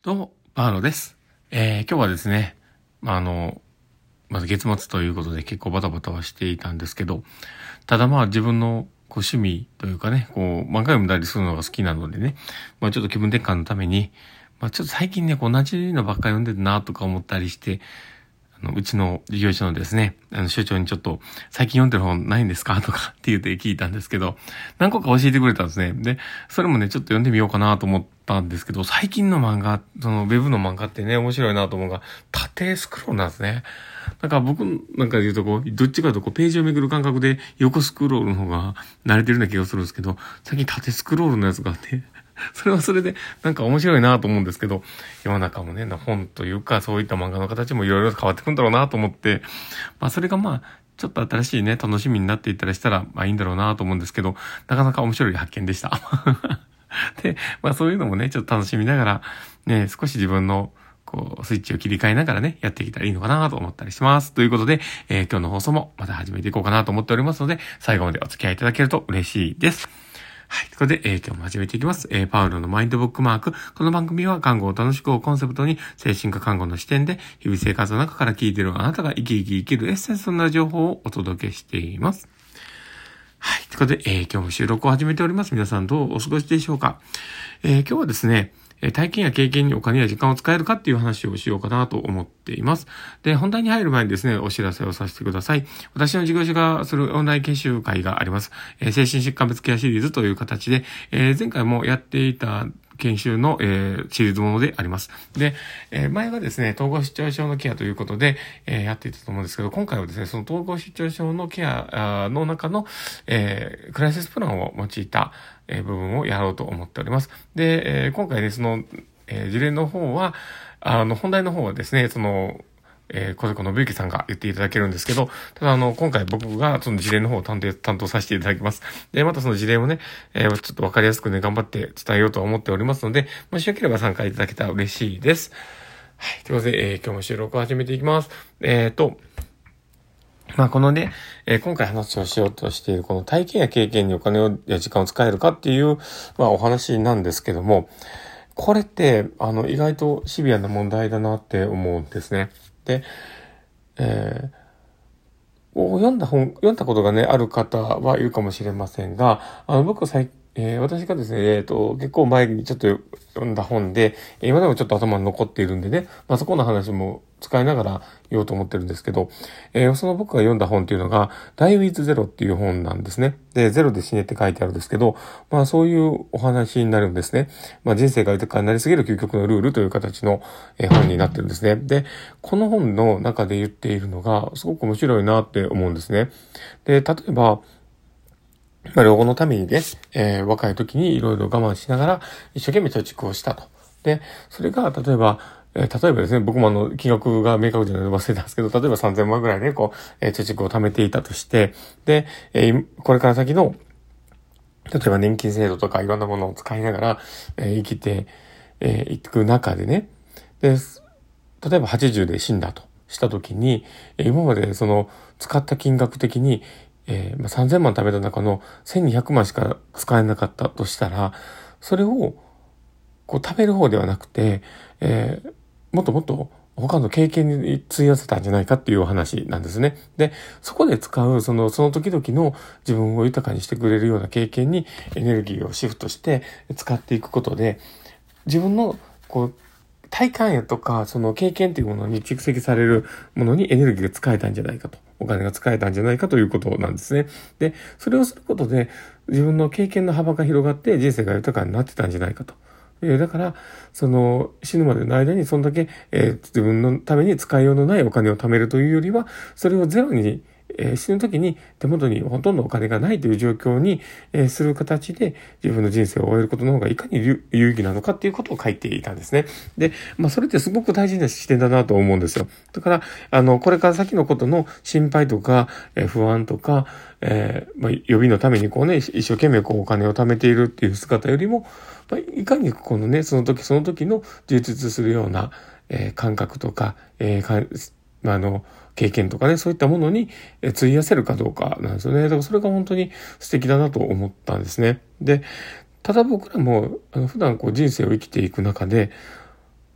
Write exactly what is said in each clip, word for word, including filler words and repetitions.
どうも、バーロです。えー、今日はですね、まあ、あの、まず月末ということで結構バタバタはしていたんですけど、ただまあ自分のこう趣味というかね、こう漫画読んだりするのが好きなのでね、まあちょっと気分転換のために、まあちょっと最近ね、こう同じのばっかり読んでるなとか思ったりして、あの、うちの事業所のですね、あの、所長にちょっと、最近読んでる本ないんですかとかって言って聞いたんですけど、何個か教えてくれたんですね。で、それもね、ちょっと読んでみようかなと思ったんですけど、最近の漫画、その、ウェブの漫画ってね、面白いなと思うのが、縦スクロールなんですね。なんか僕なんかで言うとこう、どっちかというとこう、ページをめくる感覚で横スクロールの方が慣れてるような気がするんですけど、最近縦スクロールのやつがあって、それはそれでなんか面白いなと思うんですけど、世の中もね、本というかそういった漫画の形もいろいろ変わってくんだろうなと思って、まあそれがまあ、ちょっと新しいね、楽しみになっていったりしたら、まあいいんだろうなと思うんですけど、なかなか面白い発見でした。で、まあそういうのもね、ちょっと楽しみながら、ね、少し自分のこう、スイッチを切り替えながらね、やっていけたらいいのかなと思ったりします。ということで、えー、今日の放送もまた始めていこうかなと思っておりますので、最後までお付き合いいただけると嬉しいです。はい。ということで、えー、今日も始めていきます。えー、パウロのマインドブックマーク。この番組は看護を楽しくをコンセプトに、精神科看護の視点で、日々生活の中から聞いているあなたが生き生き生きるエッセンスな情報をお届けしています。はい。ということで、えー、今日も収録を始めております。皆さんどうお過ごしでしょうか。えー、今日はですね、体験や経験にお金や時間を使えるかっていう話をしようかなと思っています。で、本題に入る前にですね、お知らせをさせてください。私の事業所がするオンライン研修会があります。えー、精神疾患別ケアシリーズという形で、えー、前回もやっていた研修の、えー、シリーズものであります。で、えー、前はですね、統合失調症のケアということで、えー、やっていたと思うんですけど、今回はですね、その統合失調症のケアの中の、えー、クライシスプランを用いた、えー、部分をやろうと思っております。で、えー、今回ね、その、えー、事例の方は、あの、本題の方はですね、その、えー、小坂信之さんが言っていただけるんですけど、ただあの、今回僕がその事例の方を担当、担当させていただきます。で、またその事例をね、えー、ちょっとわかりやすくね、頑張って伝えようと思っておりますので、もしよければ参加いただけたら嬉しいです。はい。ということで、えー、今日も収録を始めていきます。えーと、まあこのね、えー、今回話をしようとしているこの体験や経験にお金をや時間を使えるかっていう、まあお話なんですけども、これって、あの、意外とシビアな問題だなって思うんですね。で、えー、読んだ本、読んだことがね、ある方はいるかもしれませんが、あの、僕最えー、私がですね、えっと、結構前にちょっと読んだ本で、今でもちょっと頭に残っているんでね、まあそこの話も使いながら言おうと思ってるんですけど、えー、その僕が読んだ本っていうのが、Die with Zeroっていう本なんですね。で、ゼロで死ねって書いてあるんですけど、まあそういうお話になるんですね。まあ人生が豊かになりすぎる究極のルールという形の、えー、本になってるんですね。で、この本の中で言っているのが、すごく面白いなって思うんですね。で、例えば、まあ、老後のためにね、えー、若い時にいろいろ我慢しながら一生懸命貯蓄をしたと。で、それが例えば、えー、例えばですね、僕もあの、金額が明確じゃないので忘れたんですけど、例えばさんぜんまんぐらいで、こう、えー、貯蓄を貯めていたとして、で、えー、これから先の、例えば年金制度とかいろんなものを使いながら、えー、生きて、えー、いく中でね、で、例えばはちじゅうで死んだとした時に、今までその、使った金額的に、えーまあ、さんぜんまん貯めた中のせんにひゃくまんしか使えなかったとしたら、それをこう貯める方ではなくて、えー、もっともっと他の経験に費やせたんじゃないかっていうお話なんですね。で、そこで使うその、その時々の自分を豊かにしてくれるような経験にエネルギーをシフトして使っていくことで、自分のこう、体感やとか、その経験というものに蓄積されるものにエネルギーが使えたんじゃないかと。お金が使えたんじゃないかということなんですね。で、それをすることで自分の経験の幅が広がって人生が豊かになってたんじゃないかと。えー、だから、その死ぬまでの間にそんだけ、えー、自分のために使いようのないお金を貯めるというよりは、それをゼロにえー、死ぬ時に手元にほとんどお金がないという状況に、えー、する形で自分の人生を終えることの方がいかに有意義なのかっていうことを書いていたんですね。で、まあそれってすごく大事な視点だなと思うんですよ。だから、あの、これから先のことの心配とか、えー、不安とか、えー、まあ予備のためにこうね、一生懸命こうお金を貯めているっていう姿よりも、まあ、いかにこのね、その時その時の充実するような、えー、感覚とか、えーかまあ、あの、経験とかね、そういったものに費やせるかどうかなんですよね。だからそれが本当に素敵だなと思ったんですね。で、ただ僕らもあの普段こう人生を生きていく中で、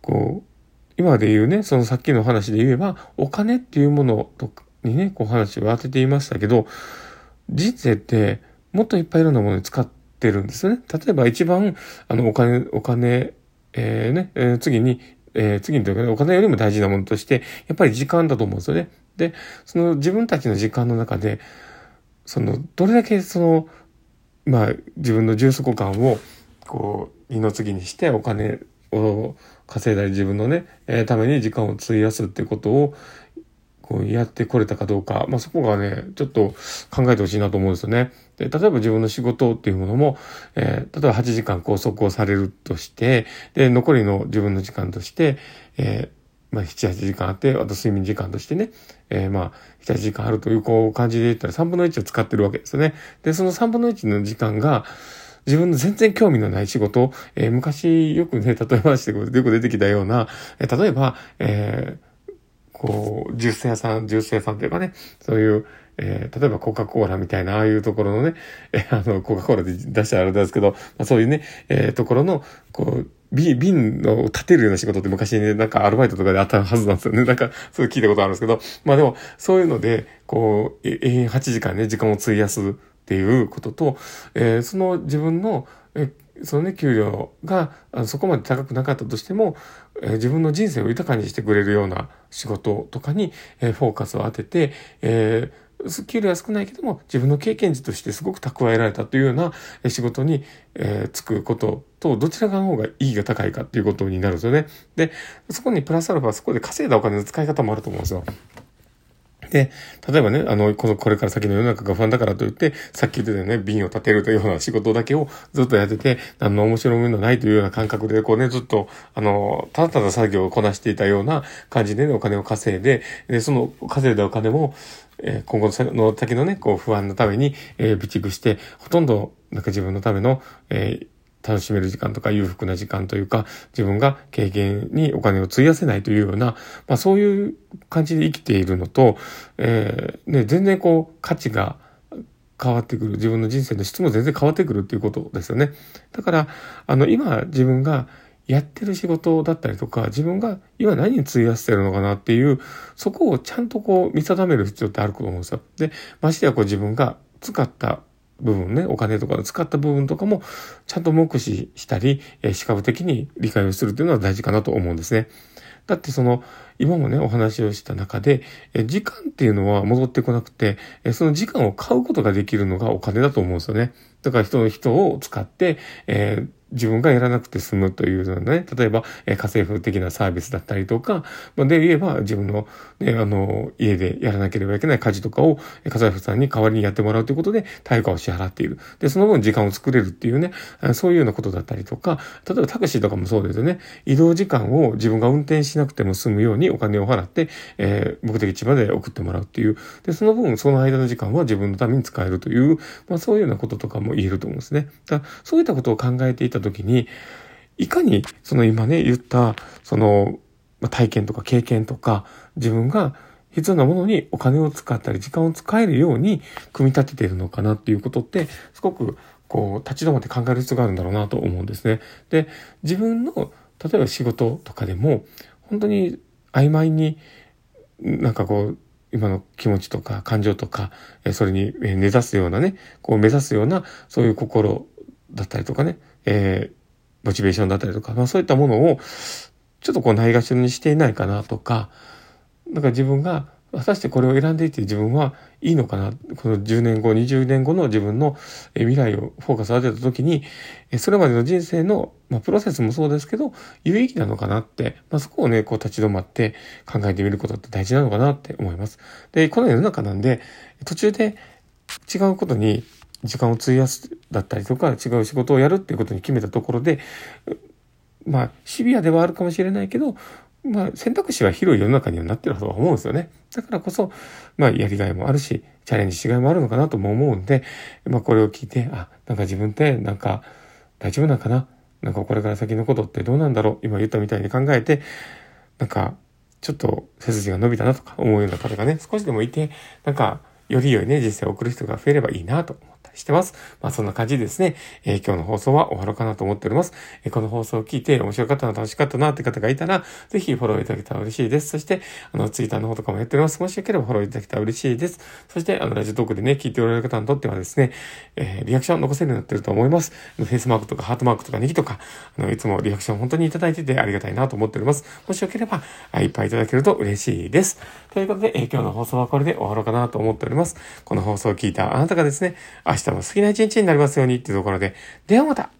こう、今で言うね、そのさっきの話で言えば、お金っていうものとにね、こう話を当てていましたけど、人生ってもっといっぱいいろんなものに使ってるんですよね。例えば一番、あの、お金、お金、えー、ね、えー、次に、えー、次にというかね、お金よりも大事なものとして、やっぱり時間だと思うんですよね。で、その自分たちの時間の中で、その、どれだけその、まあ、自分の充足感を、こう、二の次にしてお金を稼いだり自分のね、えー、ために時間を費やすっていうことを、こうやってこれたかどうか、まあ、そこがね、ちょっと考えてほしいなと思うんですよね。で、例えば自分の仕事っていうものも、えー、例えばはちじかん拘束をされるとして、で、残りの自分の時間として、えー、まあ、なな、はちじかんあって、あと睡眠時間としてね、えー、まあ、なな、はちじかんあるというこう感じで言ったらさんぶんのいちを使ってるわけですよね。で、そのさんぶんのいちの時間が、自分の全然興味のない仕事、えー、昔よくね、例えばしてよく出てきたような、えー、例えば、えーこう、ジュース屋さん、ジュース屋さんというかね、そういう、えー、例えばコカ・コーラみたいな、ああいうところのね、えー、あの、コカ・コーラで出したらあれですけど、まあ、そういうね、えー、ところの、こう、瓶、瓶を立てるような仕事って昔ね、なんかアルバイトとかであったはずなんですよね。なんか、そういう聞いたことあるんですけど、まあでも、そういうので、こう、永遠はちじかんね、時間を費やすっていうことと、えー、その自分の、えーそのね、給料がそこまで高くなかったとしても、えー、自分の人生を豊かにしてくれるような仕事とかに、えー、フォーカスを当てて、えー、給料は少ないけども、自分の経験値としてすごく蓄えられたというような仕事に、えー、就くことと、どちらの方が意義が高いかっていうことになるんですよね。で、そこにプラスアルファ、そこで稼いだお金の使い方もあると思うんですよ。で、例えばね、あの、この、これから先の世の中が不安だからといって、さっき言ってたよね、瓶を立てるというような仕事だけをずっとやってて、何の面白みのないというような感覚で、こうね、ずっと、あの、ただただ作業をこなしていたような感じでね、お金を稼いで、で、その稼いだお金も、えー、今後の先のね、こう不安のために、えー、備蓄して、ほとんど、なんか自分のための、えー楽しめる時間とか裕福な時間というか、自分が経験にお金を費やせないというような、まあそういう感じで生きているのと、えー、ね、全然こう価値が変わってくる。自分の人生の質も全然変わってくるっていうことですよね。だから、あの今自分がやってる仕事だったりとか、自分が今何に費やしてるのかなっていう、そこをちゃんとこう見定める必要ってあると思うんですよ。で、ましてやこう自分が使った部分ね、お金とか使った部分とかもちゃんと目視したり、えー、視覚的に理解をするというのは大事かなと思うんですね。だってその、今もね、お話をした中で、えー、時間っていうのは戻ってこなくて、えー、その時間を買うことができるのがお金だと思うんですよね。だから人の人を使って、えー自分がやらなくて済むというのはね、例えば、えー、家政婦的なサービスだったりとか、まあ、で言えば自分の、ね、あの、家でやらなければいけない家事とかを、家政婦さんに代わりにやってもらうということで、対価を支払っている。で、その分時間を作れるっていうね、そういうようなことだったりとか、例えばタクシーとかもそうですよね。移動時間を自分が運転しなくても済むようにお金を払って、えー、目的地まで送ってもらうっていう。で、その分、その間の時間は自分のために使えるという、まあそういうようなこととかも言えると思うんですね。だそういったことを考えていたときに、いかにその今ね言ったその体験とか経験とか自分が必要なものにお金を使ったり時間を使えるように組み立てているのかなっていうことってすごくこう立ち止まって考える必要があるんだろうなと思うんですね。で、自分の例えば仕事とかでも本当に曖昧になんかこう今の気持ちとか感情とかそれに根ざすようなねこう目指すようなそういう心だったりとかね、えーモチベーションだったりとか、まあそういったものをちょっとこうないがしろにしていないかなとか、なんか自分が果たしてこれを選んでいて自分はいいのかな、このじゅうねんご、にじゅうねんごの自分の未来をフォーカスを当てた時に、それまでの人生の、まあ、プロセスもそうですけど、有意義なのかなって、まあそこをね、こう立ち止まって考えてみることって大事なのかなって思います。で、この世の中なんで、途中で違うことに時間を費やすだったりとか違う仕事をやるっていうことに決めたところでまあシビアではあるかもしれないけどまあ選択肢は広い世の中にはなってるとは思うんですよね。だからこそまあやりがいもあるしチャレンジしがいもあるのかなとも思うんでまあこれを聞いてあなんか自分ってなんか大丈夫なのかななんかこれから先のことってどうなんだろう今言ったみたいに考えてなんかちょっと背筋が伸びたなとか思うような方がね少しでもいてなんかより良いね人生を送る人が増えればいいなと思ったりしてます。まあそんな感じでですね、えー、今日の放送は終わろうかなと思っております。えー、この放送を聞いて面白かったな、楽しかったなって方がいたら、ぜひフォローいただけたら嬉しいです。そして、あの、ツイッターの方とかもやっております。もしよければフォローいただけたら嬉しいです。そして、あの、ラジオトークでね、聞いておられる方にとってはですね、えー、リアクション残せるようになってると思います。フェイスマークとかハートマークとかネギとか、あの、いつもリアクション本当にいただいててありがたいなと思っております。もしよければ、いっぱいいただけると嬉しいです。ということで、えー、今日の放送はこれで終わろうかなと思っております。この放送を聞いたあなたがですね、明日も好きな一日になりますようにっていうところで、ではまた